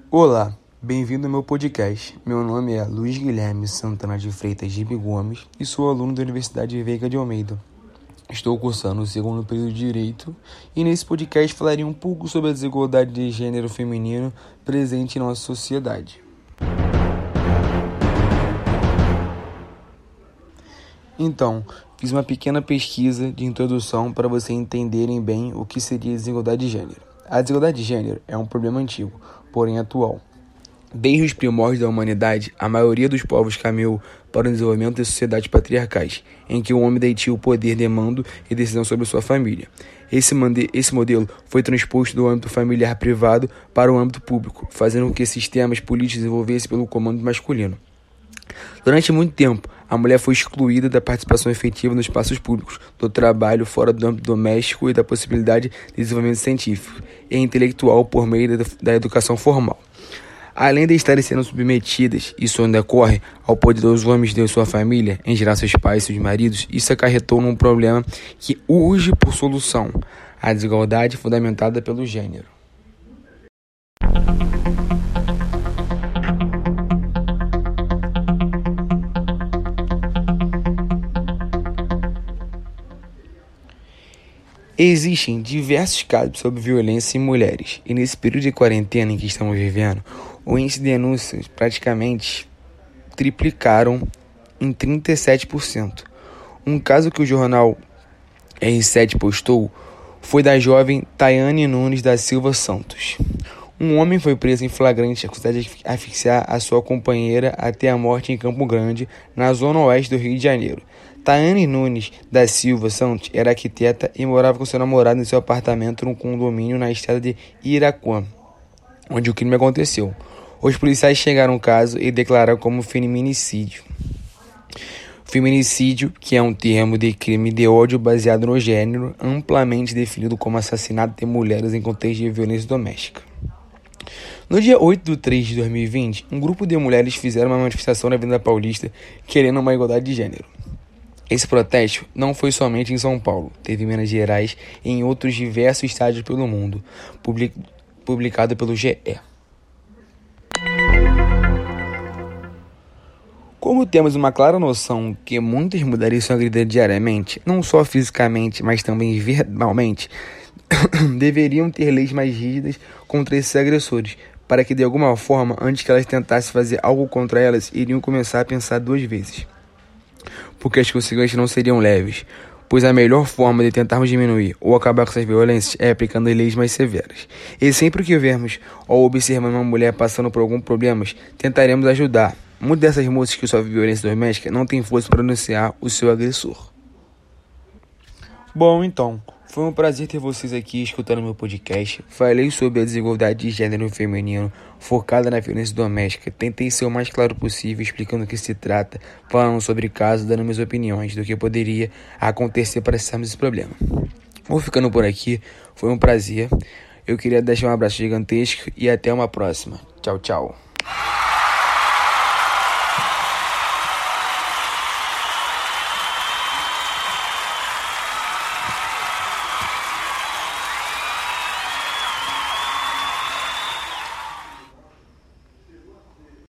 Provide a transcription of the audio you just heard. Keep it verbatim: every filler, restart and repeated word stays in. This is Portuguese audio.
Olá, bem-vindo ao meu podcast. Meu nome é Luiz Guilherme Santana de Freitas Gibi Gomes e sou aluno da Universidade Veiga de Almeida. Estou cursando o segundo período de Direito e nesse podcast falarei um pouco sobre a desigualdade de gênero feminino presente em nossa sociedade. Então, fiz uma pequena pesquisa de introdução para vocês entenderem bem o que seria desigualdade de gênero. A desigualdade de gênero é um problema antigo, porém atual. Desde os primórdios da humanidade, a maioria dos povos caminhou para o desenvolvimento de sociedades patriarcais, em que o homem detinha o poder de mando e decisão sobre sua família. Esse, mande- esse modelo foi transposto do âmbito familiar privado para o âmbito público, fazendo com que sistemas políticos desenvolvessem pelo comando masculino. Durante muito tempo, a mulher foi excluída da participação efetiva nos espaços públicos, do trabalho fora do âmbito doméstico e da possibilidade de desenvolvimento científico e intelectual por meio da, da educação formal. Além de estarem sendo submetidas, isso ainda ocorre ao poder dos homens de sua família, em geral seus pais e seus maridos, isso acarretou num problema que urge por solução, a desigualdade fundamentada pelo gênero. Existem diversos casos sobre violência em mulheres, e nesse período de quarentena em que estamos vivendo, o índice de denúncias praticamente triplicaram em trinta e sete por cento. Um caso que o jornal R sete postou foi da jovem Tayane Nunes da Silva Santos. Um homem foi preso em flagrante acusado de asfixiar a sua companheira até a morte em Campo Grande, na zona oeste do Rio de Janeiro. Tayane Nunes da Silva Santos era arquiteta e morava com seu namorado em seu apartamento num condomínio na estrada de Iraquã, onde o crime aconteceu. Os policiais chegaram ao caso e declararam como feminicídio. Feminicídio, que é um termo de crime de ódio baseado no gênero, amplamente definido como assassinato de mulheres em contexto de violência doméstica. No dia oito de três de dois mil e vinte, um grupo de mulheres fizeram uma manifestação na Avenida Paulista querendo uma igualdade de gênero. Esse protesto não foi somente em São Paulo, teve em Minas Gerais e em outros diversos estádios pelo mundo, public... publicado pelo G E. Como temos uma clara noção que muitas mulheres são agredidas diariamente, não só fisicamente, mas também verbalmente, deveriam ter leis mais rígidas contra esses agressores, para que de alguma forma, antes que elas tentassem fazer algo contra elas, iriam começar a pensar duas vezes. Porque as consequências não seriam leves, pois a melhor forma de tentarmos diminuir ou acabar com essas violências é aplicando leis mais severas. E sempre que vermos ou observarmos uma mulher passando por algum problema, tentaremos ajudar. Muitas dessas moças que sofrem violência doméstica não têm força para denunciar o seu agressor. Bom, então, foi um prazer ter vocês aqui escutando meu podcast. Falei sobre a desigualdade de gênero feminino focada na violência doméstica. Tentei ser o mais claro possível explicando o que se trata, falando sobre casos, dando minhas opiniões do que poderia acontecer para cessarmos esse problema. Vou ficando por aqui, foi um prazer. Eu queria deixar um abraço gigantesco e até uma próxima. Tchau, tchau.